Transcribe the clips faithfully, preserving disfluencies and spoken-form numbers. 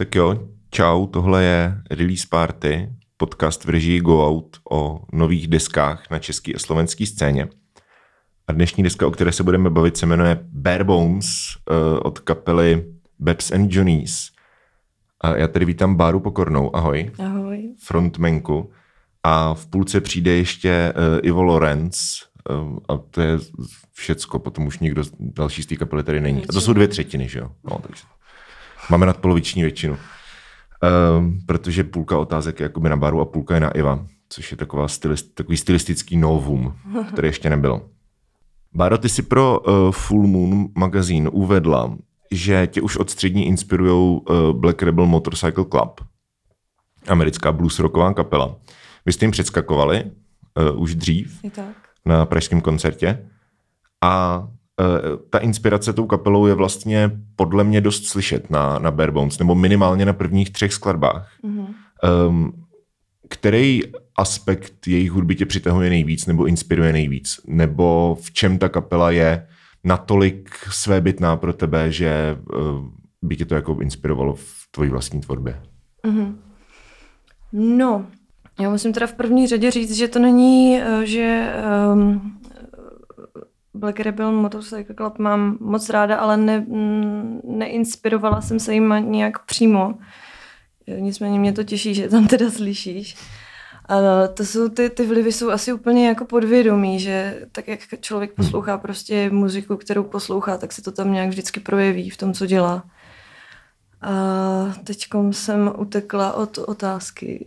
Tak jo, čau, tohle je Release Party, podcast v režii Go Out o nových deskách na české a slovenské scéně. A dnešní deska, o které se budeme bavit, se jmenuje Bare Bones uh, od kapely Babs and Johnnies. A já tady vítám Báru Pokornou, ahoj. Ahoj. Frontmanku. A v půlce přijde ještě uh, Ivo Lorenz, uh, a to je všecko, potom už nikdo další z té kapely tady není. A to jsou dvě třetiny, že jo? No, takže máme nadpoloviční většinu. Uh, protože půlka otázek je jakoby na Báru a půlka je na Iva, což je taková stylist, takový stylistický novum, který ještě nebylo. Báro, ty si pro uh, Full Moon magazín uvedla, že tě už od střední inspirujou uh, Black Rebel Motorcycle Club, americká blues rocková kapela. Vy jste jim předskakovali uh, už dřív na pražském koncertě a uh, ta inspirace tou kapelou je vlastně podle mě dost slyšet na, na Bare Bones, nebo minimálně na prvních třech skladbách. Mm-hmm. Um, který aspekt jejich hudby tě přitahuje nejvíc nebo inspiruje nejvíc? Nebo v čem ta kapela je natolik svébytná pro tebe, že uh, by tě to jako inspirovalo v tvojí vlastní tvorbě? Mm-hmm. No, já musím teda v první řadě říct, že to není, že um, Black Rebel Motorcycle Club mám moc ráda, ale ne, neinspirovala jsem se jim nějak přímo. Nicméně mě to těší, že tam teda slyšíš. A to jsou ty, ty vlivy jsou asi úplně jako podvědomí, že tak jak člověk poslouchá prostě muziku, kterou poslouchá, tak se to tam nějak vždycky projeví v tom, co dělá. A teďkom jsem utekla od otázky.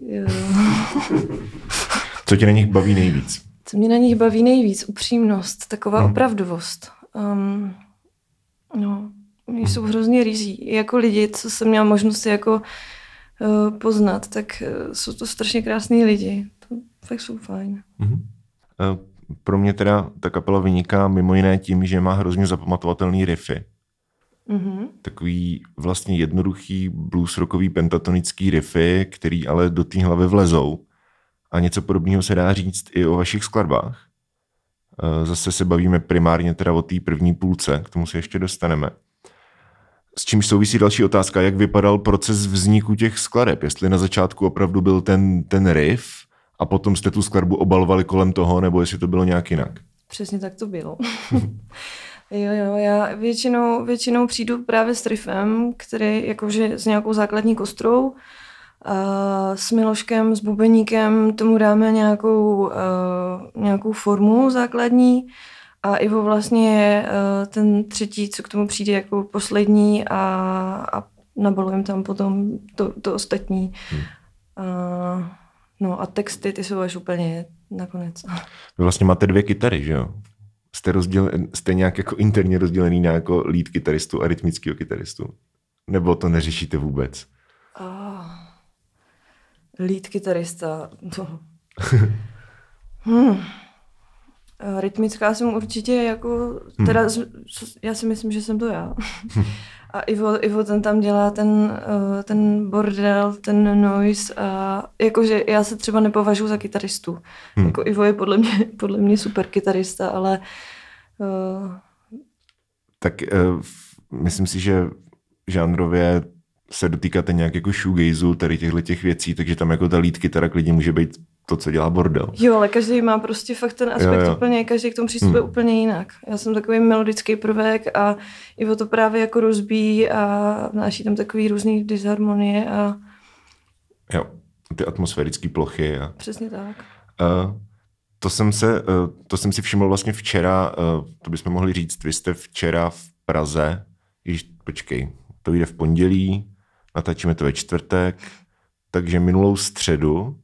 Co tě na nich baví nejvíc? Co mě na nich baví nejvíc? Upřímnost, taková hmm. opravdovost. Um, no, oni jsou hrozně rizí. Jako lidi, co jsem měla možnost jako uh, poznat, tak uh, jsou to strašně krásný lidi. To fakt jsou fajn. Hmm. Uh, pro mě teda ta kapela vyniká mimo jiné tím, že má hrozně zapamatovatelný riffy. Mm-hmm. Takový vlastně jednoduchý blues rockový pentatonický riffy, který ale do té hlavy vlezou. A něco podobného se dá říct i o vašich skladbách. Zase se bavíme primárně teda o té první půlce, k tomu se ještě dostaneme. S čím souvisí další otázka, jak vypadal proces vzniku těch skladeb? Jestli na začátku opravdu byl ten, ten riff a potom jste tu skladbu obalovali kolem toho, nebo jestli to bylo nějak jinak? Přesně tak to bylo. Jo, jo, já většinou, většinou přijdu právě s riffem, který jakože s nějakou základní kostrou, a s Miloškem, s bubeníkem, tomu dáme nějakou, uh, nějakou formu základní a Ivo vlastně je uh, ten třetí, co k tomu přijde jako poslední a, a nabalujeme tam potom to, to ostatní. Hmm. Uh, no a texty, ty jsou až úplně nakonec. Vy vlastně máte dvě kytary, že jo? Jste, rozděl, jste nějak jako interně rozdělený na jako lead kytaristu a rytmického kytaristu? Nebo to neřešíte vůbec? Oh, lead kytarista. No. hmm. Rytmická jsem určitě jako, teda hmm. já si myslím, že jsem to já. A Ivo, Ivo ten tam dělá ten, ten bordel, ten noise a jakože já se třeba nepovažuji za kytaristu. Hmm. Jako Ivo je podle mě, podle mě super kytarista, ale... Uh... Tak uh, myslím si, že žánrově se dotýkáte nějak jako shoegazu, tady těchto těch věcí, takže tam jako ta lead kytara klidně může být to, co dělá bordel. Jo, ale každý má prostě fakt ten aspekt jo, jo. úplně, každý k tomu přistupuje hmm. úplně jinak. Já jsem takový melodický prvek a Ivo to právě jako rozbíjí a vnáší tam takový různý disharmonie a... Jo, ty atmosférické plochy. A... Přesně tak. Uh, to jsem se, uh, to jsem si všiml vlastně včera, uh, to bychom mohli říct, vy jste včera v Praze, již počkej, to jde v pondělí, natáčíme to ve čtvrtek, takže minulou středu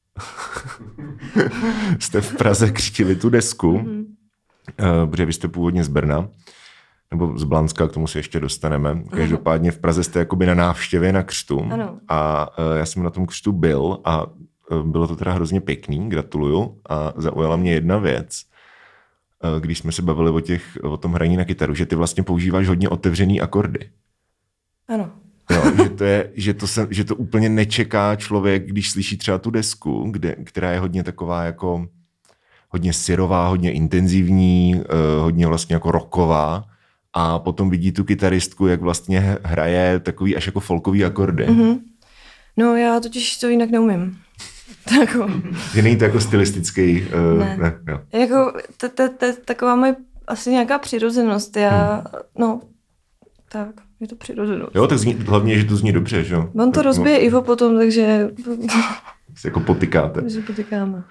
jste v Praze křtili tu desku, mm-hmm. uh, protože vy jste původně z Brna, nebo z Blanska, k tomu se ještě dostaneme. Každopádně v Praze jste jakoby na návštěvě na křtu. Ano. A uh, já jsem na tom křtu byl a uh, bylo to teda hrozně pěkný, gratuluju. A zaujala mě jedna věc, uh, když jsme se bavili o, těch, o tom hraní na kytaru, že ty vlastně používáš hodně otevřený akordy. Ano. Jo, že, to je, že, to se, že to úplně nečeká člověk, když slyší třeba tu desku, kde, která je hodně taková jako hodně syrová, hodně intenzivní, uh, hodně vlastně jako rocková a potom vidí tu kytaristku, jak vlastně hraje takový až jako folkový akordy. Mm-hmm. No já totiž to jinak neumím. Tako. Že není to jako stylistický... Uh, ne. ne jo. Jako to, to, to, taková moje asi nějaká přirozenost. Já, hmm. no, tak, je to přirozenost. Jo, tak zní, hlavně, že to zní dobře, že jo? On to tak, rozbije no. Ivo potom, takže... Se jako potykáte. Takže potykáme.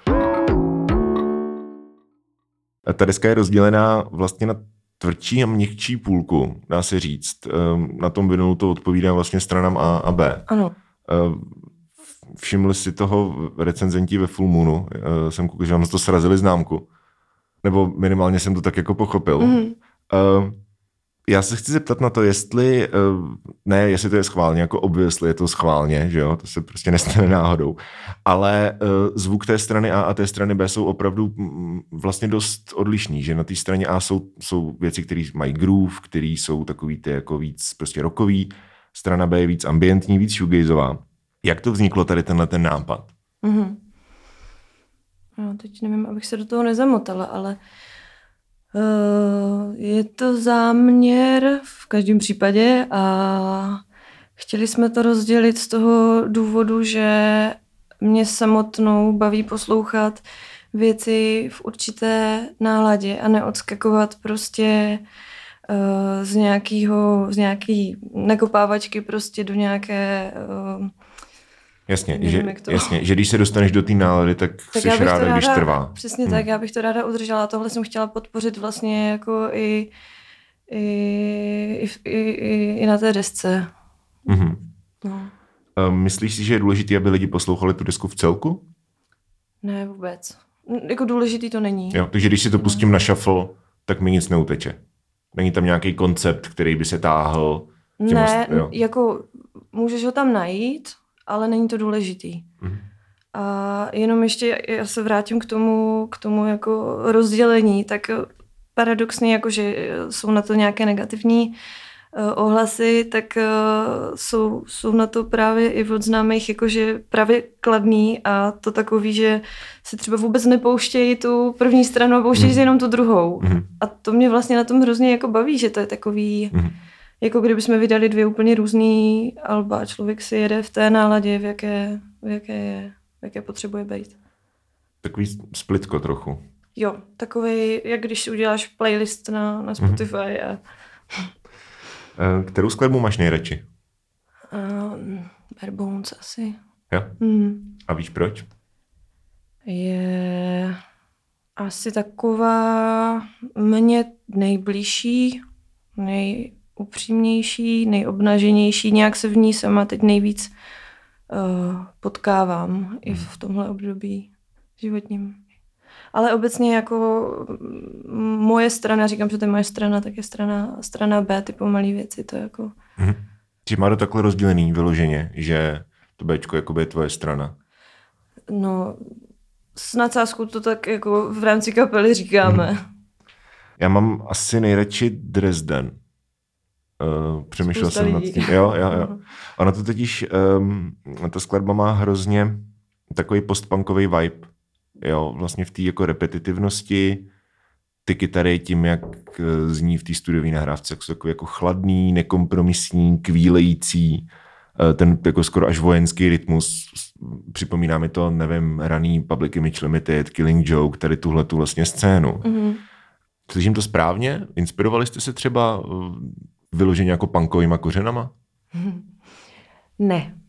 A ta deska je rozdělená vlastně na tvrdší a měkčí půlku, dá se říct. Na tom vinylu to odpovídá vlastně stranám A a B. Ano. Všimli si toho recenzenti ve Full Moonu. Jsem koukal, že vám to srazili známku. Nebo minimálně jsem to tak jako pochopil. Mm-hmm. Já se chci zeptat na to, jestli, ne, jestli to je schválně, jako obviously je to schválně, že jo, to se prostě nestane náhodou, ale zvuk té strany A a té strany B jsou opravdu vlastně dost odlišný, že na té straně A jsou, jsou věci, které mají groove, které jsou takový ty jako víc prostě rockový, strana B je víc ambientní, víc shoegazová. Jak to vzniklo tady tenhle ten nápad? Mm-hmm. No, teď nevím, abych se do toho nezamotala, ale uh, je to záměr v každém případě a chtěli jsme to rozdělit z toho důvodu, že mě samotnou baví poslouchat věci v určité náladě a neodskakovat prostě uh, z nějakého, z nějaký nakopávačky prostě do nějaké... Uh, Jasně, že, jasně, že když se dostaneš do té nálady, tak, tak jsi ráda, ráda, když trvá. Přesně hmm. tak, já bych to ráda udržela. Tohle jsem chtěla podpořit vlastně jako i, i, i, i, i na té desce. Mm-hmm. No. Myslíš si, že je důležité, aby lidi poslouchali tu desku v celku? Ne, vůbec. Jako důležitý to není. Jo, takže když si to pustím no. na shuffle, tak mi nic neuteče. Není tam nějaký koncept, který by se táhl? Ne, most, jako můžeš ho tam najít, ale není to důležitý. Mm. A jenom ještě, já se vrátím k tomu, k tomu jako rozdělení, tak paradoxně, jakože jsou na to nějaké negativní uh, ohlasy, tak uh, jsou, jsou na to právě i od známých jakože právě kladný a to takový, že si třeba vůbec nepouštějí tu první stranu a pouštějí mm. si jenom tu druhou. Mm. A to mě vlastně na tom hrozně jako baví, že to je takový... Mm. Jako kdybychom vydali dvě úplně různý alba a člověk si jede v té náladě, v jaké, v jaké, je, v jaké potřebuje být. Takový splitko trochu. Jo, takový, jak když si uděláš playlist na, na Spotify. Mm-hmm. A... Kterou skladbu máš nejradši? Uh, Bare Bones asi. Jo? Mm. A víš proč? Je asi taková mně nejbližší, nej... upřímnější, nejobnaženější, nějak se v ní sama teď nejvíc uh, potkávám hmm. i v tomhle období životním. Ale obecně jako moje strana, říkám, že to je moje strana, tak je strana, strana B, ty pomalý věci, to jako... Hmm. Čiže má to takhle rozdělený vyloženě, že to Bčko jakoby je tvoje strana? No, s nadsázkou to tak jako v rámci kapely říkáme. Hmm. Já mám asi nejradši Dresden. Uh, přemýšlel Spousta jsem lidí. nad tím. Jo, jo, jo. Ona to totiž, um, ta skladba má hrozně takový postpunkový vibe. Jo, vlastně v té jako repetitivnosti, ty kytary tím, jak zní v té studiové nahrávce, jsou takový jako chladný, nekompromisní, kvílející, ten jako skoro až vojenský rytmus. Připomíná mi to, nevím, raný Public Image Limited, Killing Joke, tady tuhle tu vlastně scénu. Mm-hmm. Slyším to správně? Inspirovali jste se třeba vyloženě jako punkovýma kořenama? Ne.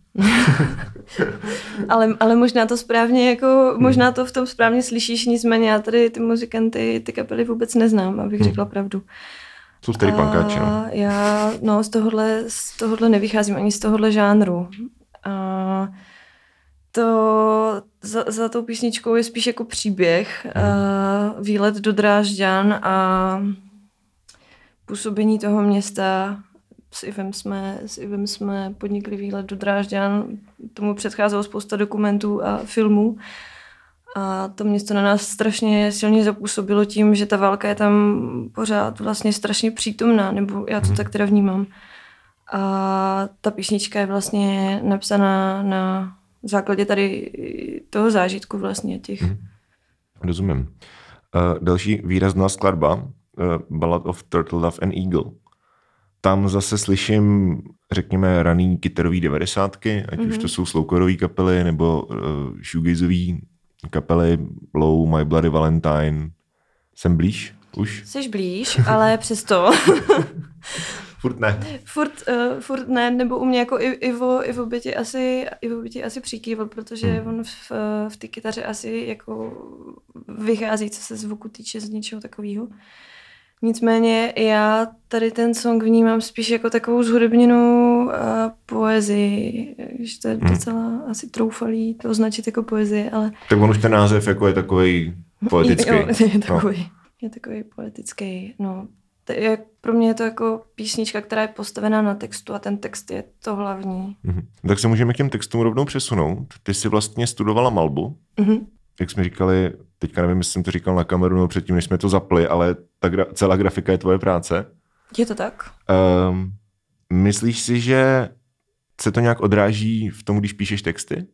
ale, ale možná to správně, jako, možná to v tom správně slyšíš, nicméně já tady ty muzikanty, ty kapely vůbec neznám, abych hmm. řekla pravdu. Jsou tady punkáči, no? Já no, z tohohle, z tohohle nevycházím ani z tohohle žánru. A to za, za tou písničkou je spíš jako příběh, hmm. a výlet do Drážďan a působení toho města. S Ivem jsme, s Ivem jsme podnikli výlet do Drážďan, tomu předcházelo spousta dokumentů a filmů. A to město na nás strašně silně zapůsobilo tím, že ta válka je tam pořád vlastně strašně přítomná, nebo já to tak teda vnímám. A ta písnička je vlastně napsaná na základě tady toho zážitku vlastně těch. Hmm. Rozumím. Uh, další výrazná skladba, uh, Ballad of Turtle Dove and Eagle. tam zase slyším, řekněme, raný kytarový devadesátky, ať mm-hmm. už to jsou slowcoreový kapely, nebo uh, shoegazový kapely Low, My Bloody Valentine. Jsem blíž už? Jseš blíž, ale přesto. Furt ne. Furt, uh, furt ne, nebo u mě jako Ivo, Ivo by ti asi, Ivo by ti asi přikývil, protože hmm. on v, v té kytaře asi jako vychází, co se zvuku týče, z něčeho takového. Nicméně já tady ten song vnímám spíš jako takovou zhudebněnou uh, poezii, že to je hmm. docela asi troufalý to označit jako poezii, ale... Tak on už ten název jako je takovej poetický. Jo, je takový, no. je takový poetický, no. Je, pro mě je to jako písnička, která je postavená na textu a ten text je to hlavní. Mm-hmm. Tak se můžeme k těm textům rovnou přesunout. Ty jsi vlastně studovala malbu. Mm-hmm. Jak jsme říkali, teďka nevím, jestli jsem to říkal na kameru nebo předtím, než jsme to zapli, ale ta gra- celá grafika je tvoje práce. Je to tak? Um, myslíš si, že se to nějak odráží v tom, když píšeš texty?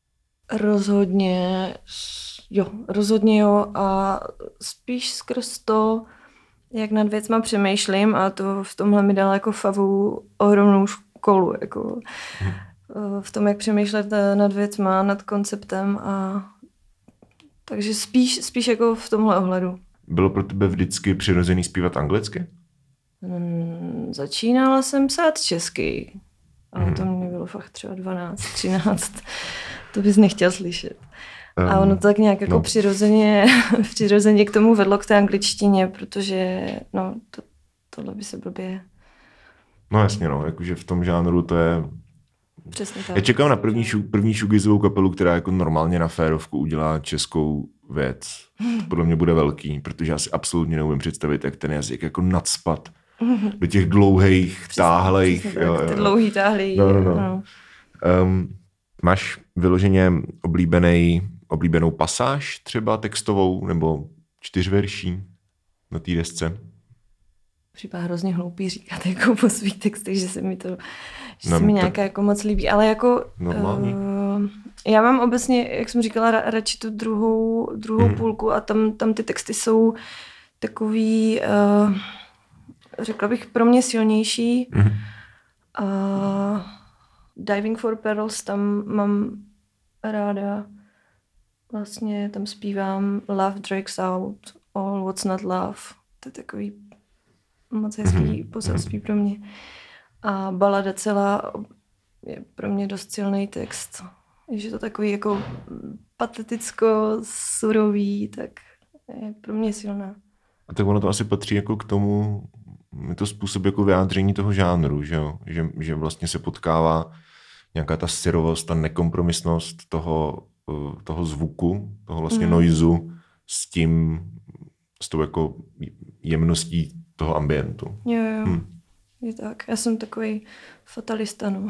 Rozhodně, jo, rozhodně jo a spíš skrz to, jak nad věcma přemýšlím a to v tomhle mi dala jako favu ohromnou školu, jako hmm. v tom, jak přemýšlet nad věcma, nad konceptem a takže spíš, spíš jako v tomhle ohledu. Bylo pro tebe vždycky přirozený zpívat anglicky? Hmm, začínala jsem psát česky, ale hmm. to mě bylo fakt třeba dvanáct, třináct, to bys nechtěl slyšet. Um, a ono to tak nějak jako no. přirozeně, přirozeně k tomu vedlo k té angličtině, protože no, to, tohle by se blbě... No jasně, no, jakože v tom žánru to je... Přesně tak. Já čekám na první, šu, první shoegazovou kapelu, která jako normálně na férovku udělá českou věc. To podle mě bude velký, protože já si absolutně neumím představit, jak ten jazyk jako nacpat do těch dlouhých, táhlejch... Přesně tak, ty dlouhý, táhlý... No, no, no. No. Um, máš vyloženě oblíbený, oblíbenou pasáž, třeba textovou, nebo čtyřverší na té desce? Připadá hrozně hloupý říkat jako po svých textech, že se mi to, že no, se mi nějaká jako moc líbí, ale jako normální. Uh, já mám obecně, jak jsem říkala, ra, radši tu druhou, druhou mm. půlku a tam, tam ty texty jsou takový, uh, řekla bych, pro mě silnější. Mm. Uh, Diving for Pearls, tam mám ráda, vlastně tam zpívám Love Drags Out, All What's Not Love, to je takový moc hezký mm-hmm. poselství pro mě. A balada celá je pro mě dost silný text. Když je to takový jako pateticko-surový, tak je pro mě silná. A tak ono to asi patří jako k tomu, je to způsob jako vyjádření toho žánru, že jo? Že, že vlastně se potkává nějaká ta syrovost, ta nekompromisnost toho, toho zvuku, toho vlastně mm. noizu s tím, s tou jako jemností toho ambientu. Jo, jo. Hmm. Je tak. Já jsem takový fatalista, no.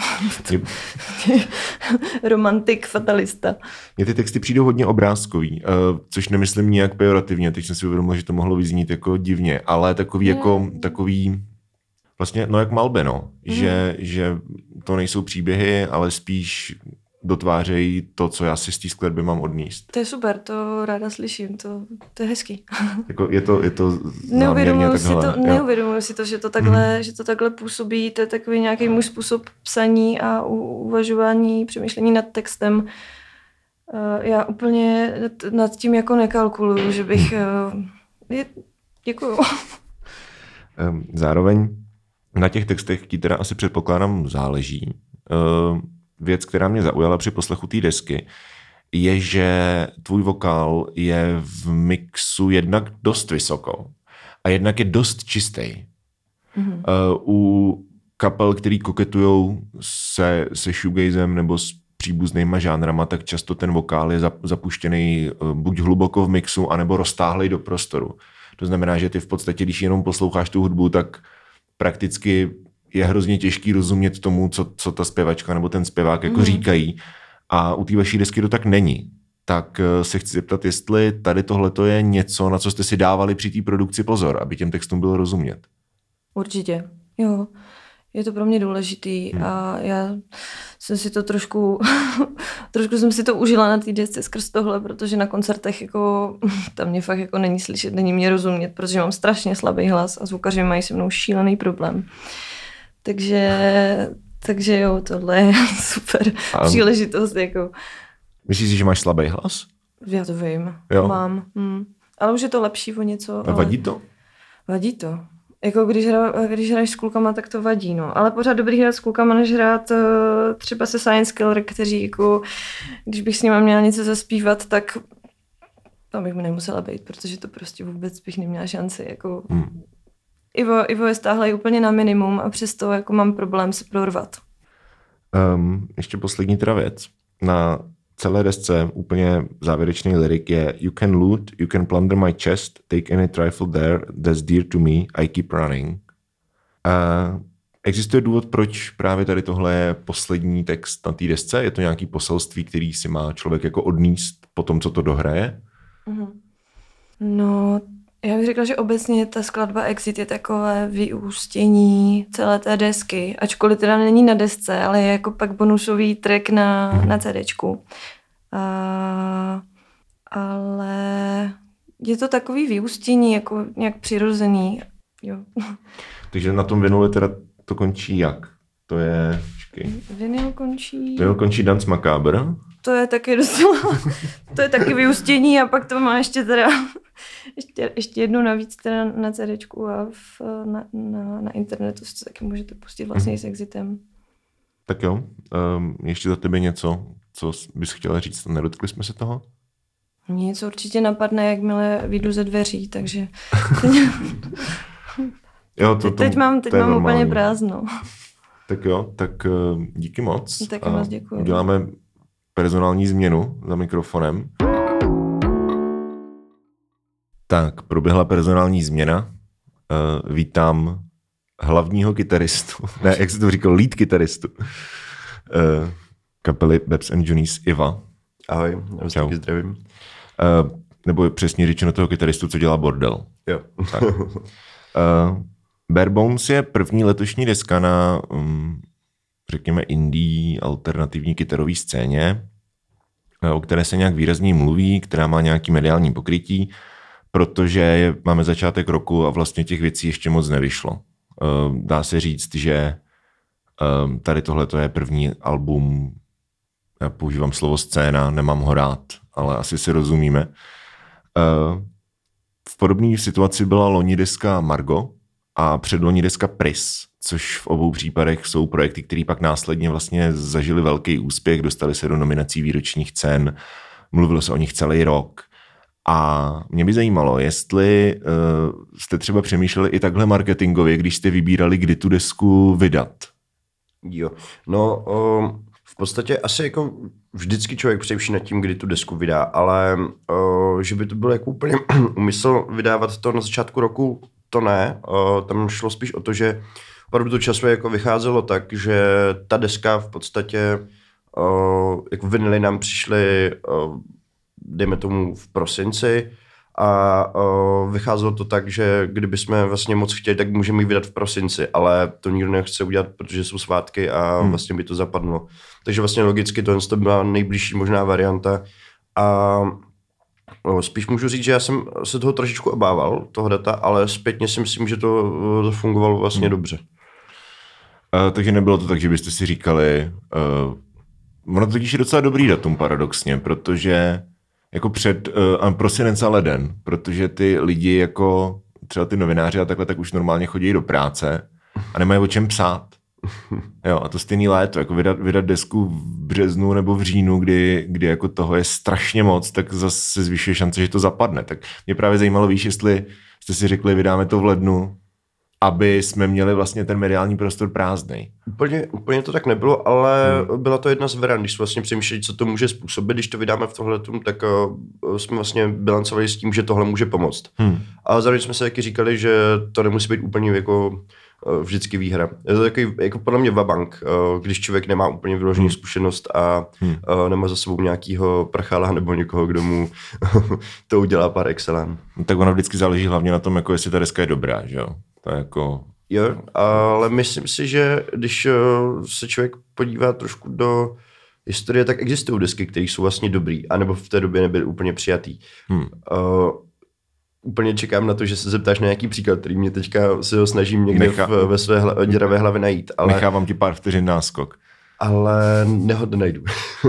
Romantik, fatalista. Mně ty texty přijdou hodně obrázkový, uh, což nemyslím nijak pejorativně, teď jsem si uvědomil, že to mohlo vyznít jako divně, ale takový je. jako, takový, vlastně, no jak malby, no. Hmm. Že, že to nejsou příběhy, ale spíš dotvářejí to, co já si z té skladby mám odníst. To je super, to ráda slyším, to, to je hezký. Jako je to, je to neuvědomuji si to, neuvědomuji si to, že to takhle, mm. že to takhle působí, to je takový nějaký můj způsob psaní a uvažování, přemýšlení nad textem. Já úplně nad tím jako nekalkuluju, že bych... Je, děkuju. Zároveň na těch textech ti teda asi předpokládám záleží. Věc, která mě zaujala při poslechu té desky, je, že tvůj vokál je v mixu jednak dost vysoko a jednak je dost čistý. Mm-hmm. Uh, u kapel, který koketujou se, se shoegazem nebo s příbuznýma žánrama, tak často ten vokál je zapuštěný uh, buď hluboko v mixu, anebo roztáhlej do prostoru. To znamená, že ty v podstatě, když jenom posloucháš tu hudbu, tak prakticky je hrozně těžký rozumět tomu, co, co ta zpěvačka nebo ten zpěvák jako mm. říkají. A u té vaší desky to tak není. Tak se chci zeptat, jestli tady tohleto je něco, na co jste si dávali při té produkci pozor, aby těm textům bylo rozumět. Určitě, jo. Je to pro mě důležitý hmm. a já jsem si to trošku, trošku jsem si to užila na té desce skrz tohle, protože na koncertech jako, tam mě fakt jako není slyšet, není mě rozumět, protože mám strašně slabý hlas a zvukaři mají se mnou šílený problém. Takže, takže jo, tohle je super A příležitost. Jako. myslíš si, že máš slabý hlas? Já to vím, Jo. mám. Hm. Ale už je to lepší o něco. A vadí to? Vadí to. Jako když, hra, když hraješ s klukama, tak to vadí, no. Ale pořád dobrý hrát s klukama, než hrát uh, třeba se Science Killer, kteří jako, když bych s nima měla něco zaspívat, tak tam bych mi nemusela být, protože to prostě vůbec bych neměla šanci. Jako. Hmm. Ivo, Ivo je stáhle úplně na minimum a přesto jako mám problém se prorvat. Um, ještě poslední teda věc. Na celé desce úplně závěrečný lyrik je You can loot, you can plunder my chest, take any trifle there, that's dear to me, I keep running. Uh, existuje důvod, proč právě tady tohle je poslední text na té desce? Je to nějaký poselství, který si má člověk jako odníst po tom, co to dohraje? Mm-hmm. No, já bych řekla, že obecně ta skladba Exit je takové vyústění celé té desky, ačkoliv teda není na desce, ale je jako pak bonusový track na, mm-hmm. na CDčku. A, ale je to takový vyústění, jako nějak přirozený. Jo. Takže na tom vinule teda to končí jak? To je... Počkej. Vinyl končí... Vinyl končí Dance Macabre. To je taky docela... to je taky vyústění a pak to má ještě teda... ještě, ještě jednou navíc teda na CDčku a v, na, na, na internetu si to taky můžete pustit vlastně mm. s Exitem. Tak jo. Um, ještě za tebe něco, co bys chtěla říct? Nedotkli jsme se toho? Mně něco určitě napadne, jakmile vyjdu ze dveří, takže... jo, to, teď to, mám, teď to mám úplně prázdno. Tak jo, tak díky moc. Taky moc děkuji. Uděláme personální změnu za mikrofonem. Tak, proběhla personální změna. Uh, vítám hlavního kytaristu, ne, jak se to říkal, lead kytaristu uh, kapely Babs and Junice Iva. Ahoj, já vás taky zdravím. Uh, nebo přesně řečeno toho kytaristu, co dělá Bordel. Jo. Tak. Uh, Bare Bones je první letošní deska na, um, řekněme, indie alternativní kytarové scéně, o které se nějak výrazně mluví, která má nějaký mediální pokrytí, protože máme začátek roku a vlastně těch věcí ještě moc nevyšlo. Uh, dá se říct, že uh, tady tohle je první album, já používám slovo scéna, nemám ho rád, ale asi si rozumíme. Uh, v podobné situaci byla loni deska Margo a předloni deska Pris, což v obou případech jsou projekty, které pak následně vlastně zažili velký úspěch, dostali se do nominací výročních cen, mluvilo se o nich celý rok. A mě by zajímalo, jestli uh, jste třeba přemýšleli i takhle marketingově, když jste vybírali, kdy tu desku vydat. Jo, no um, v podstatě asi jako vždycky člověk přemýšlí nad tím, kdy tu desku vydá, ale uh, že by to bylo jako úplně úmysl vydávat to na začátku roku, to ne. Uh, tam šlo spíš o to, že opravdu to časově jako vycházelo tak, že ta deska v podstatě uh, jako vinily nám přišly uh, dejme tomu v prosinci a uh, vycházelo to tak, že kdyby jsme vlastně moc chtěli, tak můžeme ji vydat v prosinci, ale to nikdo nechce udělat, protože jsou svátky a hmm. vlastně by to zapadlo. Takže vlastně logicky to byla nejbližší možná varianta a uh, spíš můžu říct, že já jsem se toho trošičku obával, toho data, ale zpětně si myslím, že to, to fungovalo vlastně hmm. dobře. Uh, takže nebylo to tak, že byste si říkali, uh, ono totiž je docela dobrý datum paradoxně, protože jako před uh, prosinec a leden, protože ty lidi jako třeba ty novináři a takhle tak už normálně chodí do práce a nemají o čem psát. Jo, a to stejný léto, jako vydat, vydat desku v březnu nebo v říjnu, kdy, kdy jako toho je strašně moc, tak zase se zvyšuje šance, že to zapadne. Tak mě právě zajímalo, víš, jestli jste si řekli, vydáme to v lednu, aby jsme měli vlastně ten mediální prostor prázdnej. Úplně, úplně to tak nebylo, ale hmm. byla to jedna z variant, když jsme vlastně přemýšleli, co to může způsobit, když to vydáme v tohletum, tak uh, jsme vlastně bilancovali s tím, že tohle může pomoct. Hmm. A zároveň jsme se taky říkali, že to nemusí být úplně jako uh, vždycky výhra. Je to takový, jako podle mě vabank, uh, když člověk nemá úplně vyložený hmm. zkušenost a hmm. uh, nemá za sebou nějakýho prchala nebo někoho, kdo mu to udělá par excellence. No, tak ono vždycky záleží hlavně na tom, jako jestli ta deska je dobrá, že jo? To je jako... Jo, ale myslím si, že když se člověk podívá trošku do historie, tak existují desky, které jsou vlastně dobrý, anebo v té době nebyly úplně přijatý. Hmm. Uh, úplně čekám na to, že se zeptáš na nějaký příklad, který mě teďka se ho snažím někde Nechá... v, ve své hla, děravé hlavě najít. Ale... Nechávám ti pár vteřin náskok. Ale neho najdu. uh,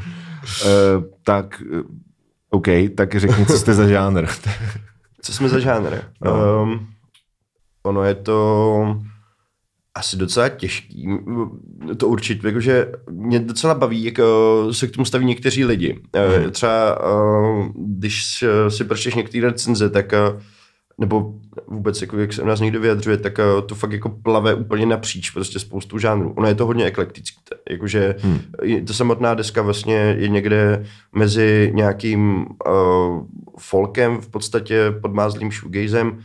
tak, OK, tak řekni, co jste za žánr. Co jsme za žánr? No. Um, ono je to asi docela těžký to určit, jakože mě docela baví, jak se k tomu staví někteří lidi. Hmm. Třeba když si pročteš některé recenze, tak nebo vůbec, jako, jak se nás někdo vyjadřuje, tak to fakt jako plave úplně napříč prostě spoustu žánrů. Ono je to hodně eklektické. Jakože hmm. ta samotná deska vlastně je někde mezi nějakým uh, folkem, v podstatě podmázlým shoegazem,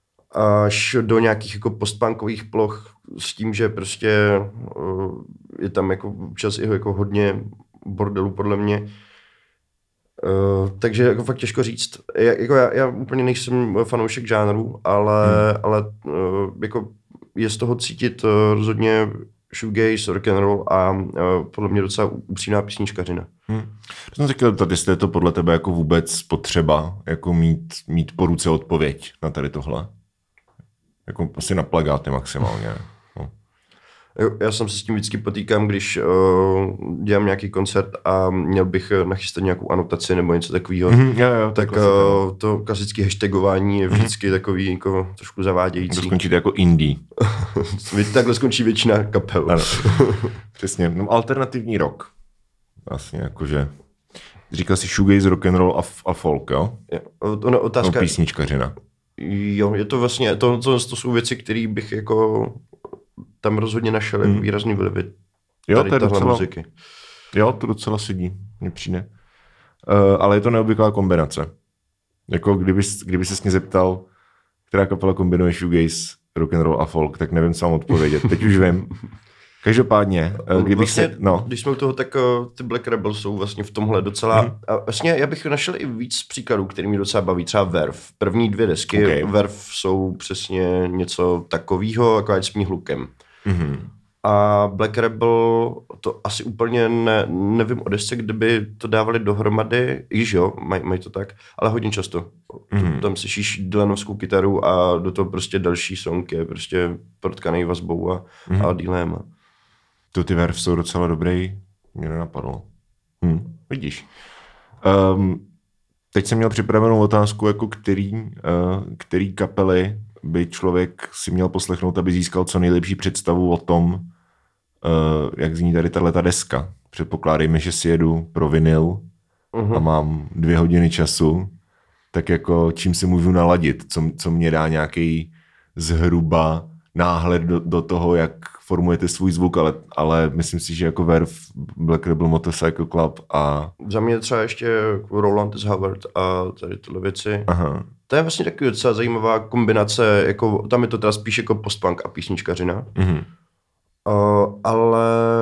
až do nějakých jako postpunkových ploch s tím, že prostě uh, je tam jako občas i jako hodně bordelu podle mě. Uh, takže jako fakt těžko říct. Já, jako já, já úplně nejsem fanoušek žánru, ale, hmm. ale uh, jako je z toho cítit uh, rozhodně shoegaze, rock and roll a uh, podle mě docela upřímná písničkařina. Hmm. Jsem říkal, jestli je to podle tebe jako vůbec potřeba jako mít, mít po ruce odpověď na tady tohle. Jako asi na plagáty maximálně. No. Já jsem se s tím vždycky potýkám, když uh, dělám nějaký koncert a měl bych nachystat nějakou anotaci nebo něco takového, mm-hmm, jo, jo, tak uh, to klasické hashtagování je vždycky mm-hmm. takový jako trošku zavádějící. To skončíte jako indie. Takhle skončí většina kapel. Ano. Přesně. No, alternativní rock. Vlastně jakože... Říkal jsi shoegaze, rock and roll a, a folk, jo? jo ono, otázka... No, písničkařina. Jo, je to vlastně, to, to, to jsou věci, které bych jako tam rozhodně našel hmm. výrazný vlivy jo, tady to je tahle docela, muziky. Jo, to docela sedí, mně přijde. Uh, ale je to neobvyklá kombinace. Jako kdyby, kdyby se s ní zeptal, která kapela kombinuje shoegaze, rock and roll a folk, tak nevím, co vám odpovědět. Teď už vím. Každopádně, kdybych vlastně, se... No. Když jsme u toho, tak uh, ty Black Rebels jsou vlastně v tomhle docela... Mm. A vlastně já bych našel i víc příkladů, který mě docela baví. Třeba Verve. První dvě desky okay. Verve jsou přesně něco takového, jako s mým hlukem. Mm-hmm. A Black Rebel, to asi úplně ne, nevím o desce, kdyby to dávali dohromady, již jo, mají maj to tak, ale hodně často. Mm-hmm. Tam slyšíš Dylanovskou kytaru a do toho prostě další song je prostě protkanej vazbou a, mm-hmm. a Dylem. To ty Verve jsou docela dobrý, mě nenapadlo. Hm, vidíš. Um, teď jsem měl připravenou otázku, jako který, uh, který kapely by člověk si měl poslechnout, aby získal co nejlepší představu o tom, uh, jak zní tady tato deska. Předpokládejme, že si jedu pro vinyl uh-huh. a mám dvě hodiny času, tak jako čím si můžu naladit, co, co mě dá nějaký zhruba náhled do, do toho, jak formujete svůj zvuk, ale, ale myslím si, že jako Verve, Black Rebel Motorcycle Club a... Za mě třeba ještě Roland S. Howard a tady tyhle věci. Aha. To je vlastně takový docela zajímavá kombinace, jako, tam je to teda spíš jako postpunk a písničkařina. Mm-hmm. Uh, ale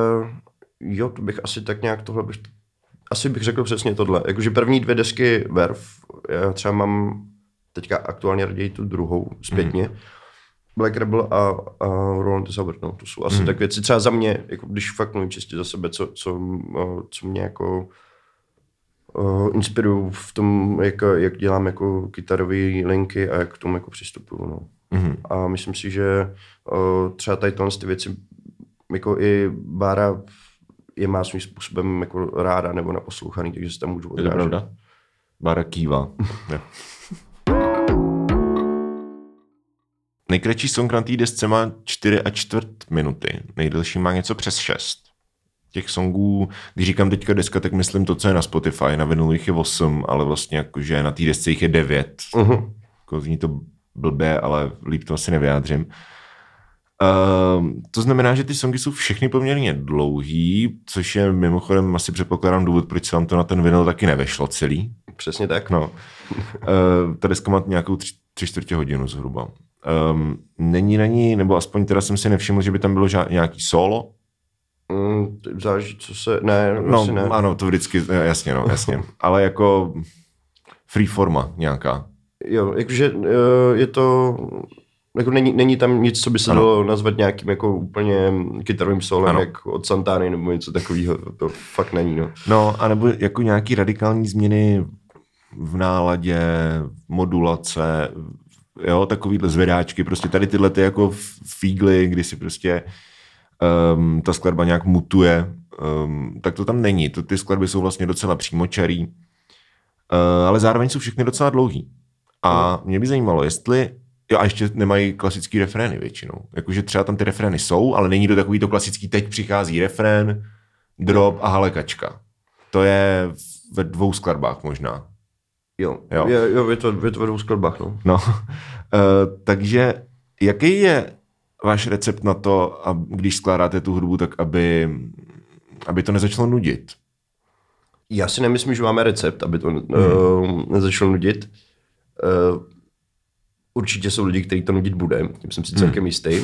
jo, to bych asi tak nějak tohle bych... Asi bych řekl přesně tohle. Jakože první dvě desky Verve, já třeba mám teďka aktuálně raději tu druhou zpětně, mm-hmm. Black Rebel a, a Roland S. Howard, no, to jsou asi hmm. tak věci. Třeba za mě, jako když fakt mluvím čistě za sebe, co, co, co mě jako uh, inspirují v tom, jak, jak dělám jako kytarové linky a jak k tomu jako přistupuju. No. Hmm. A myslím si, že uh, třeba tady tohle ty věci, jako i Bára je má svým způsobem jako ráda nebo naposlouchaný, takže se tam můžu odrážet. Je to pravda? Bára kývá. Nejkratší song na té desce má čtyři a čtvrt minuty, nejdelší má něco přes šest. Těch songů, když říkám teďka deska, tak myslím to, co je na Spotify, na vinylu jich je osm, ale vlastně jakože na té desce jich je devět. Uh-huh. Jako zní to blbě, ale líp to asi nevyjádřím. Uh, to znamená, že ty songy jsou všechny poměrně dlouhý, což je mimochodem asi předpokládám důvod, proč se vám to na ten vinyl taky nevešlo celý. Přesně tak. No. Uh, ta deska má nějakou tři, tři čtvrtě hodinu zhruba. Um, není na ní, nebo aspoň teda jsem si nevšiml, že by tam bylo žád, nějaký solo? Mm, záleží, co se... Ne, no, asi ne. Ano, to vždycky, jasně, no, jasně. Ale jako free forma nějaká. Jo, jakože je to... Jako není, není tam nic, co by se ano. dalo nazvat nějakým jako úplně kytarovým solem, ano. jak od Santany nebo něco takového. To fakt není, no. No, anebo jako nějaký radikální změny v náladě, modulace, jo, takovýhle zvedáčky, prostě tady tyhle ty jako fígly, kdy si prostě um, ta skladba nějak mutuje, um, tak to tam není. To, ty skladby jsou vlastně docela přímočarý, uh, ale zároveň jsou všechny docela dlouhý. A mě by zajímalo, jestli, jo, a ještě nemají klasický refrény většinou. Jakože třeba tam ty refrény jsou, ale není to takový to klasický, teď přichází refrén, drop a halekačka. To je ve dvou skladbách možná. Jo, jo. Je, jo je, to, je to ve dvou skladbách, no. No, uh, takže jaký je váš recept na to, a když skládáte tu hudbu, tak aby, aby to nezačalo nudit? Já si nemyslím, že máme recept, aby to hmm. uh, nezačalo nudit. Uh, určitě jsou lidi, kteří to nudit bude, tím jsem si celkem hmm. jistý.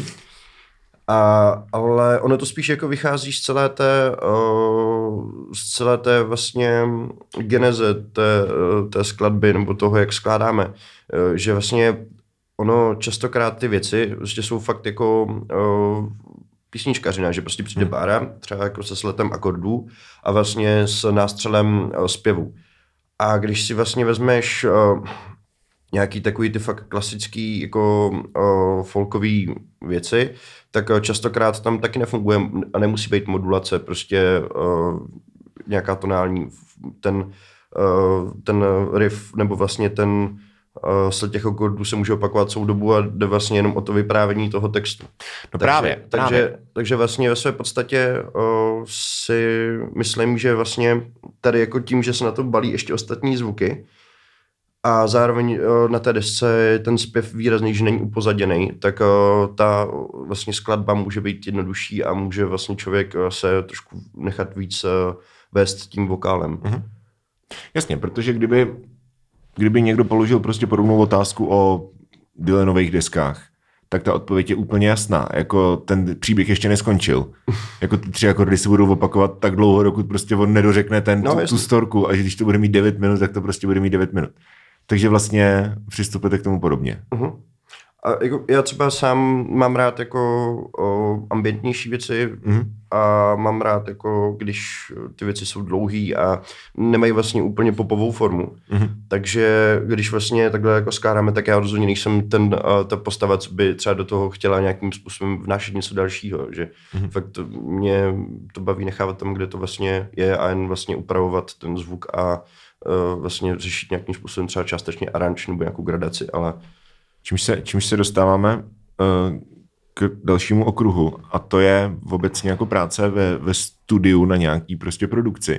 A, ale ono to spíš jako vychází z celé té, uh, z celé té vlastně geneze té, uh, té skladby nebo toho, jak skládáme. Uh, že vlastně ono častokrát ty věci vlastně jsou fakt jako uh, písničkařina, že prostě přijde Bára, třeba jako se sletem akordů a vlastně s nástřelem uh, zpěvu. A když si vlastně vezmeš uh, nějaký takový ty fakt klasický jako uh, folkový věci, tak uh, častokrát tam taky nefunguje a nemusí být modulace, prostě uh, nějaká tonální, ten, uh, ten riff nebo vlastně ten uh, sled těch akordů se může opakovat celou dobu a jde vlastně jenom o to vyprávění toho textu. No takže, právě, takže, právě. takže vlastně ve své podstatě uh, si myslím, že vlastně tady jako tím, že se na to balí ještě ostatní zvuky, a zároveň na té desce je ten zpěv výrazný, že není upozaděný, tak ta vlastně skladba může být jednodušší a může vlastně člověk se trošku nechat víc vést tím vokálem. Mhm. Jasně, protože kdyby, kdyby někdo položil prostě podobnou otázku o Dylanových deskách, tak ta odpověď je úplně jasná. Jako ten příběh ještě neskončil. Jako ty tři akordy se budou opakovat tak dlouho, dokud prostě on nedořekne ten, no, tu, tu storku, a že když to bude mít devět minut, tak to prostě bude mít devět minut. Takže vlastně přistupujete k tomu podobně. Uh-huh. A jako já třeba sám mám rád jako o, ambientnější věci uh-huh. a mám rád jako když ty věci jsou dlouhý a nemají vlastně úplně popovou formu. Uh-huh. Takže když vlastně takhle jako skládáme, tak já rozhodně nejsem ten, ta postava, co by třeba do toho chtěla nějakým způsobem vnášet něco dalšího. Že uh-huh. fakt mě to baví nechávat tam, kde to vlastně je a jen vlastně upravovat ten zvuk a Uh, vlastně řešit nějakým způsobem třeba částečně aranž nebo nějakou gradaci, ale... Čímž se, čímž se dostáváme uh, k dalšímu okruhu a to je obecně jako práce ve, ve studiu na nějaký prostě produkci.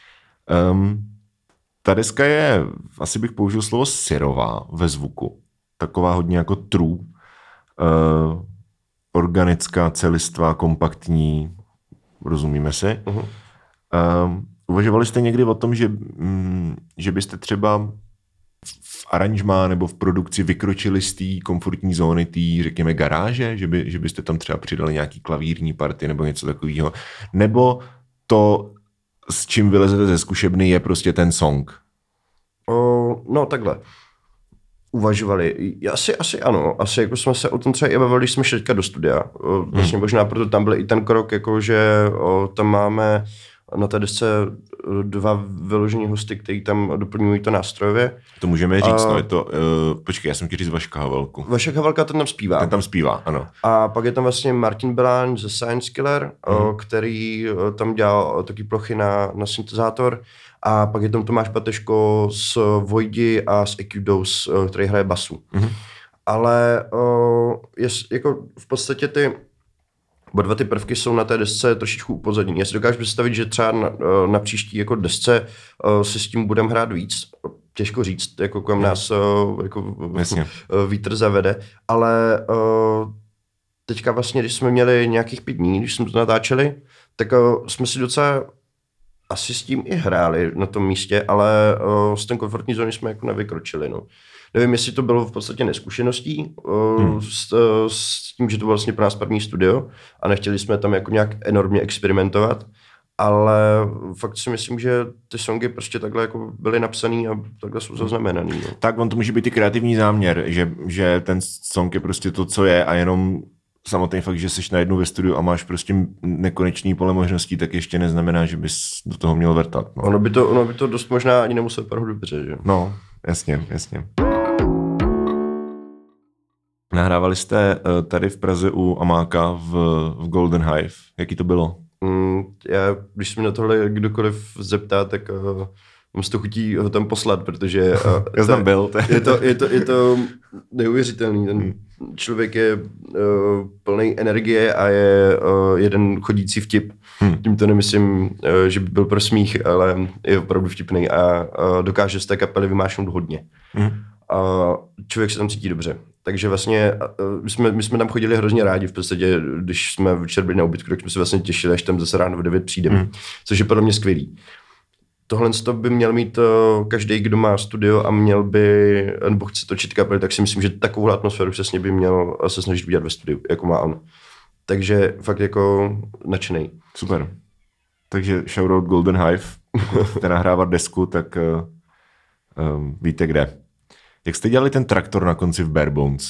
Um, ta deska je, asi bych použil slovo syrová ve zvuku. Taková hodně jako true, uh, organická, celistvá, kompaktní, rozumíme si. Uh-huh. Um, Uvažovali jste někdy o tom, že, mm, že byste třeba v aranžmá nebo v produkci vykročili z té komfortní zóny, té, řekněme, garáže, že, by, že byste tam třeba přidali nějaký klavírní party nebo něco takového? Nebo to, s čím vylezete ze zkušebny, je prostě ten song? O, no takhle. Uvažovali. Asi, asi ano. Asi jako jsme se o tom třeba i bavili, když jsme šli teďka do studia. O, vlastně hmm. možná proto tam byl i ten krok, jako že o, tam máme na té desce dva vyložení hosty, který tam doplňují to nástrojově. To můžeme říct, a... no je to, uh, počkej, já jsem ti říct Vaška Havelku. Vašek Havelka ten tam zpívá. Ten tam zpívá, ano. A pak je tam vlastně Martin Beláň ze Science Killer, mm. který tam dělal taky plochy na, na syntezátor. A pak je tam Tomáš Pateško z Vojdi a z E Q Dose, který hraje basu. Mm. Ale uh, je, jako v podstatě ty Oba dva ty prvky jsou na té desce trošičku upozadění. Já si dokážu představit, že třeba na, na příští jako desce uh, si s tím budeme hrát víc. Těžko říct, jako kam nás uh, jako, uh, vítr zavede. Ale uh, teďka vlastně, když jsme měli nějakých pět dní, když jsme to natáčeli, tak uh, jsme si docela asi s tím i hráli na tom místě, ale uh, z ten komfortní zóny jsme jako nevykročili. No. Nevím, jestli to bylo v podstatě neskušeností uh, hmm. s, uh, s tím, že to bylo vlastně pro nás první studio a nechtěli jsme tam jako nějak enormně experimentovat, ale fakt si myslím, že ty songy prostě takhle jako byly napsaný a takhle jsou zaznamenaný. No. Tak on to může být i kreativní záměr, že, že ten song je prostě to, co je a jenom samotný fakt, že jsi najednou ve studiu a máš prostě nekonečný pole možností, tak ještě neznamená, že bys do toho měl vrtat. No. Ono by to, ono by to dost možná ani nemuselo vypadat dobře, že? No, jasně, jasně. Nahrávali jste tady v Praze u Amáka v, v Golden Hive. Jaký to bylo? Mm, já, když se mi na tohle kdokoliv zeptá, tak uh, mám s to chutí ho tam poslat, protože uh, já tam byl. Je to, je, to, je to neuvěřitelný. Ten člověk je uh, plný energie a je uh, jeden chodící vtip. Hmm. Tím to nemyslím, uh, že by byl pro smích, ale je opravdu vtipný a uh, dokáže z té kapely vymášnout hodně. Hmm. A člověk se tam cítí dobře. Takže vlastně my jsme, my jsme tam chodili hrozně rádi v podstatě, když jsme večer byli na ubytku, tak jsme se vlastně těšili, až tam zase ráno v devět přijdeme, mm. což je podle mě skvělý. Tohle by měl mít uh, každý, kdo má studio a měl by, nebo chce točit kapely, tak si myslím, že takovou atmosféru přesně by měl se snažit udělat ve studiu, jako má on. Takže fakt jako nadšenej. Super. Takže shoutout Golden Hive, chcete nahrávat desku, tak uh, um, víte kde. Jak jste dělali ten traktor na konci v Barebones?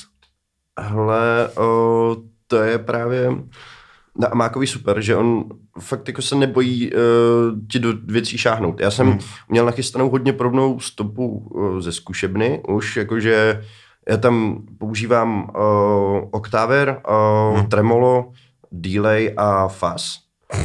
Hele, o, to je právě na Amákovi super, že on fakt jako se nebojí uh, ti do věcí šáhnout. Já jsem hmm. měl nachystanou hodně podobnou stopu uh, ze zkušebny, už jakože já tam používám uh, oktáver, uh, hmm. tremolo, delay a fuzz.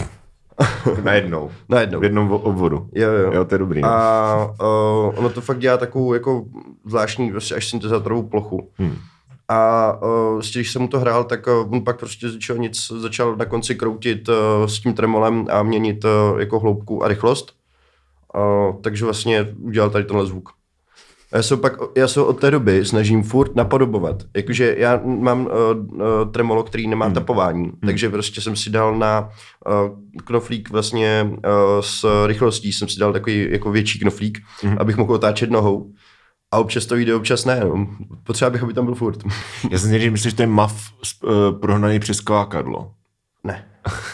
Najednou. Najednou. V jednom obvodu. Jo, jo. Jo, to je dobrý. No. A uh, ono to fakt dělá takovou jako zvláštní, vlastně až syntezatorovou plochu. Hmm. A uh, když jsem mu to hrál, tak uh, on pak prostě začal nic, začal na konci kroutit uh, s tím tremolem a měnit uh, jako hloubku a rychlost. Uh, takže vlastně udělal tady tenhle zvuk. Já se, pak, já se od té doby snažím furt napodobovat. Jakože já mám uh, uh, tremolo, který nemá hmm. tapování, hmm. takže prostě jsem si dal na uh, knoflík vlastně uh, s rychlostí, jsem si dal takový jako větší knoflík, hmm. abych mohl otáčet nohou. A občas to jde, občas ne. No. Potřeba bych, aby tam byl furt. Já jsem někdy myslel, že to je muff uh, prohnaný přes klákadlo. Ne.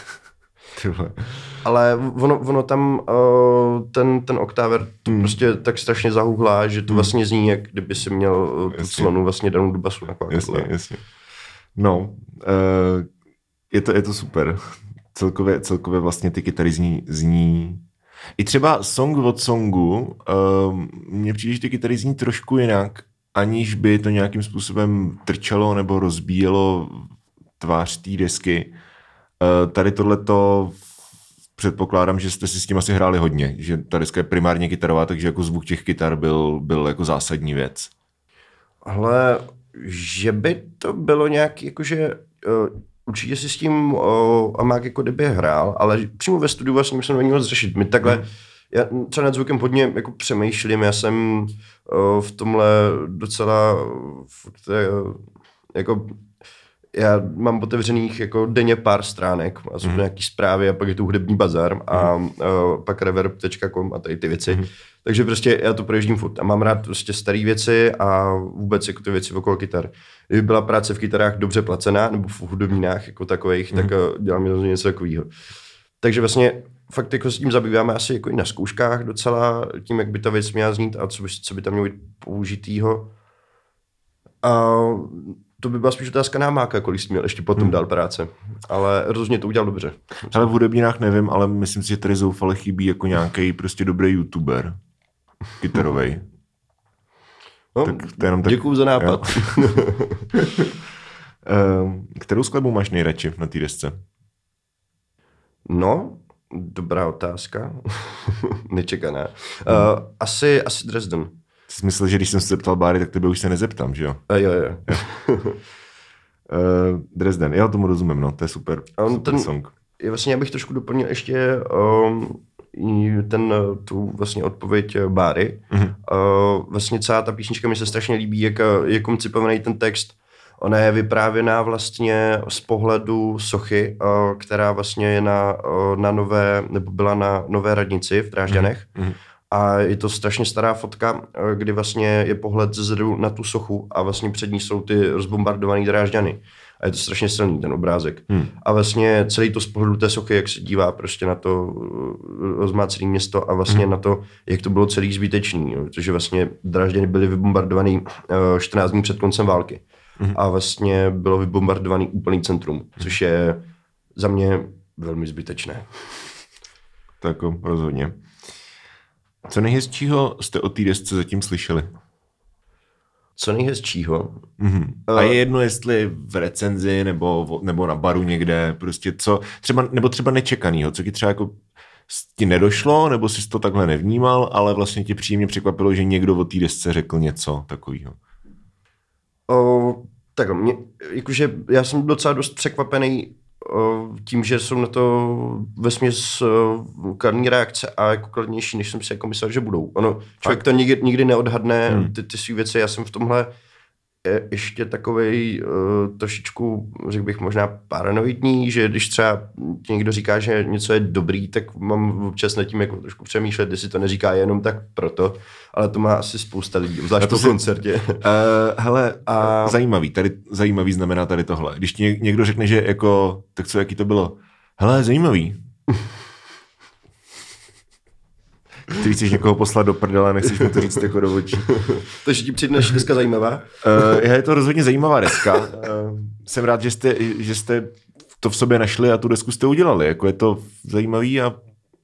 Ale ono, ono tam uh, ten, ten oktáver to hmm. prostě tak strašně zahuhlá, že to hmm. vlastně zní, jak kdyby si měl uh, tu clonu vlastně danou do basu na klákadlo. Jasně, jasně. No, uh, je, to, je to super. Celkově, celkově vlastně ty kytary zní, zní i třeba song od songu, uh, mně přijde, že ty kytary zní trošku jinak, aniž by to nějakým způsobem trčelo nebo rozbíjelo tvář té desky. Uh, tady tohleto předpokládám, že jste si s tím asi hráli hodně, že ta deska je primárně kytarová, takže jako zvuk těch kytar byl, byl jako zásadní věc. Ale že by to bylo nějak jakože... Uh... Určitě si s tím o, Amák jako kdyby hrál, ale přímo ve studiu vlastně jsem neměl řešit. My takhle, hmm. já třeba nad zvukem hodně jako přemýšlím, já jsem o, v tomhle docela v, jako já mám otevřených jako denně pár stránek, a jsou hmm. nějaký zprávy a pak je tu hudební bazar a hmm. o, pak reverb tečka com a tady ty věci. Hmm. Takže prostě já to projíždím furt a mám rád prostě staré věci a vůbec jako ty věci okolo kytar. Kdyby byla práce v kytarách dobře placená, nebo v hudebninách jako takových, mm. tak dělám něco takového. Takže vlastně fakt jako s tím zabýváme asi jako i na zkouškách docela tím, jak by ta věc měla znít a co by, co by tam mělo být použitýho. A to by byla spíš otázka na Amáka, kolik jsi měl ještě potom mm. dál práce. Ale rozhodně to udělal dobře. Ale v hudebninách nevím, ale myslím si, že tady zoufale chybí jako nějaký prostě dobrý youtuber kytarovej. No, tak to jenom tak, děkuju za nápad. Kterou skladbu máš nejradši na té desce? No, dobrá otázka. Nečekaná. Hmm. Uh, asi, asi Dresden. Jsi myslel, že když jsem se zeptal Báry, tak tebe už se nezeptám, že jo? Uh, jo, jo. uh, Dresden, já tomu rozumím, no, to je super, um, super ten, song. Já vlastně já bych trošku doplnil ještě um, ten, tu vlastně odpověď Báry. Mm-hmm. Uh, vlastně celá ta písnička mi se strašně líbí, jak je koncipovaný ten text. Ona je vyprávěná vlastně z pohledu sochy, uh, která vlastně je na, uh, na nové, nebo byla na Nové radnici v Drážďanech. Mm-hmm. A je to strašně stará fotka, kdy vlastně je pohled zezadu na tu sochu a vlastně před ní jsou ty rozbombardované Drážďany. A je to strašně silný, ten obrázek. Hmm. A vlastně celý to z pohledu té sochy, jak se dívá prostě na to rozmácené město a vlastně hmm. na to, jak to bylo celý zbytečný. Jo. Protože vlastně Drážďany byly vybombardovaný čtrnáct dní před koncem války. mm-hmm. a vlastně bylo vybombardovaný úplný centrum, mm-hmm. což je za mě velmi zbytečné. Tak rozhodně. Co nejhezčího jste o té desce zatím slyšeli? Co nejhezčího? Mm-hmm. A je jedno, jestli v recenzi nebo, nebo na baru někde, prostě co, třeba, nebo třeba nečekanýho, co ti třeba jako ti nedošlo, nebo jsi to takhle nevnímal, ale vlastně tě příjemně překvapilo, že někdo o té desce řekl něco takového. O, tak mě, jakože já jsem docela dost překvapený o, tím, že jsou na to vesměs kladné reakce a jako kladnější, než jsem si jako myslel, že budou. Ono, člověk to nikdy, nikdy neodhadne, hmm. ty, ty svý věci, já jsem v tomhle je ještě takovej uh, trošičku, řekl bych, možná paranoidní, že když třeba ti někdo říká, že něco je dobrý, tak mám občas nad tím jako trošku přemýšlet, jestli to neříká jenom tak proto, ale to má asi spousta lidí, zvlášť po koncertě. Uh, hele, a... zajímavý, tady, zajímavý znamená tady tohle. Když ti někdo řekne, že jako, tak co, jaký to bylo? Hele, zajímavý. Ty chceš někoho poslat do prdele, nechceš mu to říct jako do očí. Takže ti přijde naše deska zajímavá? Uh, je to rozhodně zajímavá deska. Uh, jsem rád, že jste, že jste to v sobě našli a tu desku jste udělali. Jako je to zajímavý a...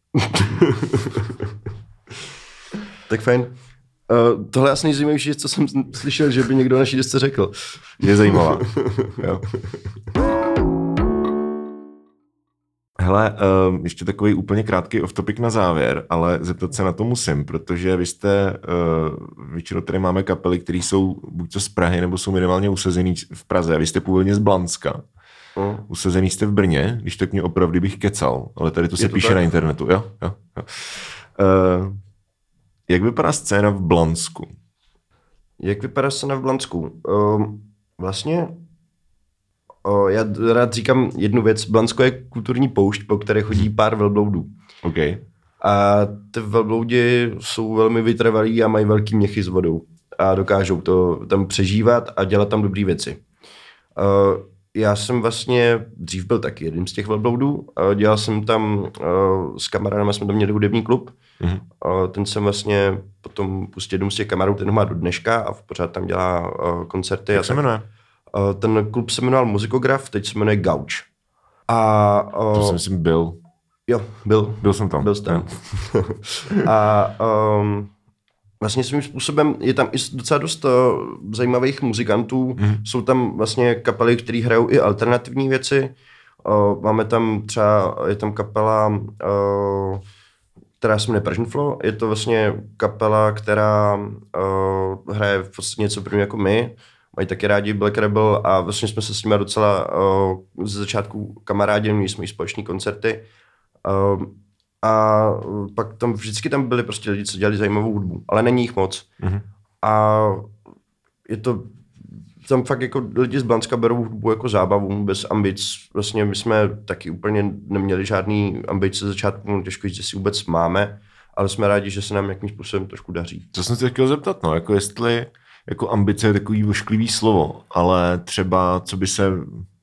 Tak fajn. Uh, tohle je asi nejzajímavější, co jsem slyšel, že by někdo naší desce řekl. Je zajímavá. Jo. Hele, uh, ještě takový úplně krátký off-topic na závěr, ale zeptat se na to musím, protože vy jste, uh, většinou tady máme kapely, které jsou buď to z Prahy, nebo jsou minimálně usazený v Praze. Vy jste původně z Blanska. Mm. Usazený jste v Brně, když tak mě opravdu bych kecal, ale tady to se to píše tak na internetu. Jo, jo, jo. Uh, jak vypadá scéna v Blansku? Jak vypadá scéna v Blansku? Uh, vlastně... O, já rád říkám jednu věc. Blansko je kulturní poušť, po které chodí pár velbloudů. Okay. A ty velbloudi jsou velmi vytrvalí a mají velký měchy s vodou. A dokážou to tam přežívat a dělat tam dobré věci. Uh, já jsem vlastně dřív byl taky jedním z těch velbloudů. Uh, dělal jsem tam uh, s kamarádem, jsme tam měli hudební klub. Mm-hmm. Uh, ten jsem vlastně potom pustil jednou z těch kamarádů, ten ho má do dneška a pořád tam dělá uh, koncerty. Jak se jmenuje? Uh, ten klub se jmenoval Muzikograf, teď se jmenuje Gauč. A, uh, to jsem si byl. Jo, byl. Byl jsem tam. Byl jsem tam. A um, vlastně svým způsobem je tam i docela dost uh, zajímavých muzikantů. Mm. Jsou tam vlastně kapely, které hrajou i alternativní věci. Uh, máme tam třeba, je tam kapela, uh, která se jmenuje Persian Flow. Je to vlastně kapela, která uh, hraje v podstatě něco první jako my. Mají taky rádi Black Rebel a vlastně jsme se s nimi docela uh, ze začátku kamarádili, měli jsme i společný koncerty. Uh, a pak tam vždycky tam byli prostě lidi, co dělali zajímavou hudbu, ale není jich moc. Mm-hmm. A je to, tam fakt jako lidi z Blanska berou hudbu jako zábavu, bez ambic. Vlastně my jsme taky úplně neměli žádný ambice ze začátku, těžko říct, že si vůbec máme, ale jsme rádi, že se nám nějakým způsobem trošku daří. Co jsem se chtěl zeptat, no, jako jestli jako ambice je takový ošklivý slovo, ale třeba co by se,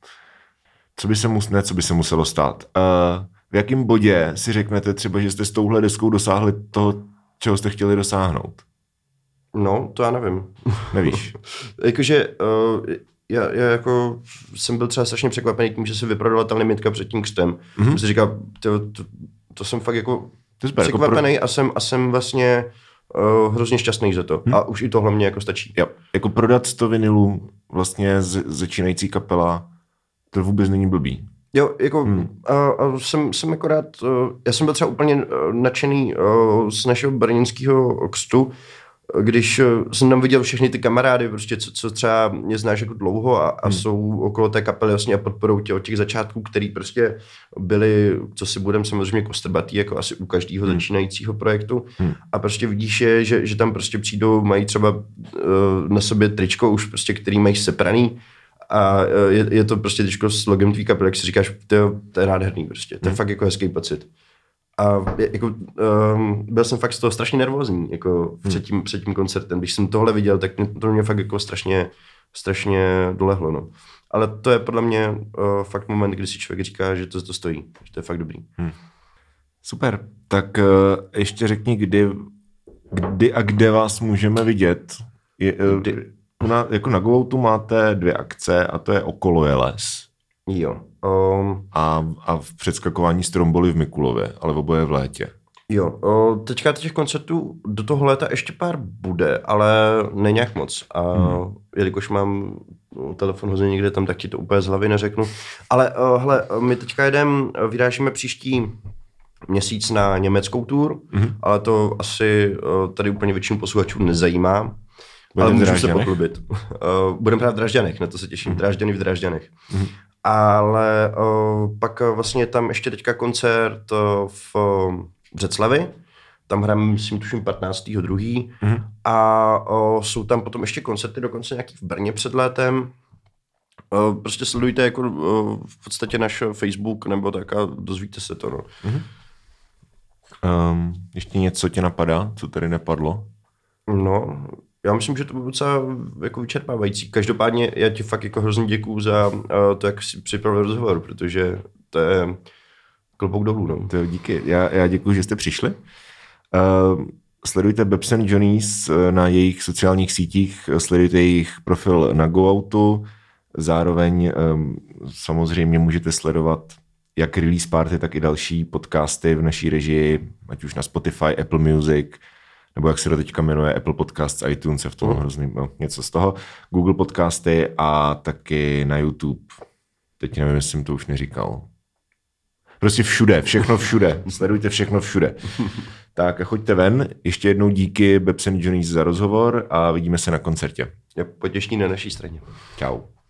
co by se, mus, ne, co by se muselo stát. Uh, v jakém bodě si řeknete třeba, že jste s touhle deskou dosáhli toho, čeho jste chtěli dosáhnout? No, to já nevím. Nevíš? Jakože uh, já, já jako jsem byl třeba strašně překvapený tím, že se vyprodala ta limitka před tím křtem. Mm-hmm. Jsem si říkal, to, to, to jsem fakt jako překvapený jako pro... a, jsem, a jsem vlastně Uh, hrozně šťastný za to. Hmm. A už i tohle mě jako stačí. Jo. Jako prodat sto vinilů vlastně z, začínající kapela, to vůbec není blbý. Jo, jako hmm. uh, uh, jsem, jsem jako rád, uh, já jsem byl třeba úplně uh, nadšený uh, z našeho brněnského křtu, když uh, jsem tam viděl všechny ty kamarády, prostě, co, co třeba mě znáš jako dlouho a, a hmm. jsou okolo té kapely vlastně a podporou tě od těch začátků, který prostě byli, co si budem samozřejmě kostrbatý, jako asi u každého hmm. začínajícího projektu. Hmm. A prostě vidíš je, že, že tam prostě přijdou, mají třeba uh, na sobě tričko už prostě, který mají sepraný a uh, je, je to prostě tričko s logem tvý kapely, jak si říkáš, to, to je nádherný prostě, to je hmm. fakt jako hezký pocit. A jako, um, byl jsem fakt z toho strašně nervózní, jako před tím, před tím koncertem. Když jsem tohle viděl, tak to mě fakt jako strašně, strašně dolehlo, no. Ale to je podle mě uh, fakt moment, kdy si člověk říká, že to, to stojí, že to je fakt dobrý. Hmm. Super, tak uh, ještě řekni, kdy, kdy a kde vás můžeme vidět. Je, uh, kdy, na, jako na GoOutu máte dvě akce a to je Okolo je les. Jo. Um, a, a v předskakování Stromboli v Mikulově, ale oboje v létě. Jo, o, teďka těch koncertů do toho léta ještě pár bude, ale ne nějak moc. A hmm. jelikož mám telefon hozený někde tam, tak ti to úplně z hlavy neřeknu. Ale o, hele, my teďka jedem, vyrážíme příští měsíc na německou tour, hmm. ale to asi o, tady úplně většinu posluchačů nezajímá. Budem ale můžu Drážďanech? se pochlubit. Budeme hrát v Drážďanech, na to se těším. Hmm. Drážďany v Drážďanech. Hmm. Ale o, pak vlastně tam ještě teďka koncert o, v Břeclavi, tam hrajeme, myslím, tuším patnáctého druhého Mm-hmm. A o, jsou tam potom ještě koncerty, dokonce nějaký v Brně před létem. O, prostě sledujte jako o, v podstatě náš Facebook nebo tak a dozvíte se to. No. Mm-hmm. Um, ještě něco tě napadá, co tady nepadlo? No, já myslím, že to bylo docela jako vyčerpávající. Každopádně já ti fakt jako hrozně děkuju za uh, to, jak jsi připravil rozhovor, protože to je klobouk dolů. No. To díky. Já, já děkuju, že jste přišli. Uh, sledujte Babs and Johnny's na jejich sociálních sítích, sledujte jejich profil na GoOutu, zároveň um, samozřejmě můžete sledovat jak Release Party, tak i další podcasty v naší režii, ať už na Spotify, Apple Music, nebo jak se to teďka jmenuje, Apple Podcasts, iTunes, je v tom mm. hrozný, no, něco z toho, Google Podcasty a taky na YouTube. Teď nevím, jestli jsem to už neříkal. Prostě všude, všechno všude. Sledujte všechno všude. Tak a choďte ven. Ještě jednou díky Babs and Johnny's za rozhovor a vidíme se na koncertě. Je potěšení na naší straně. Čau.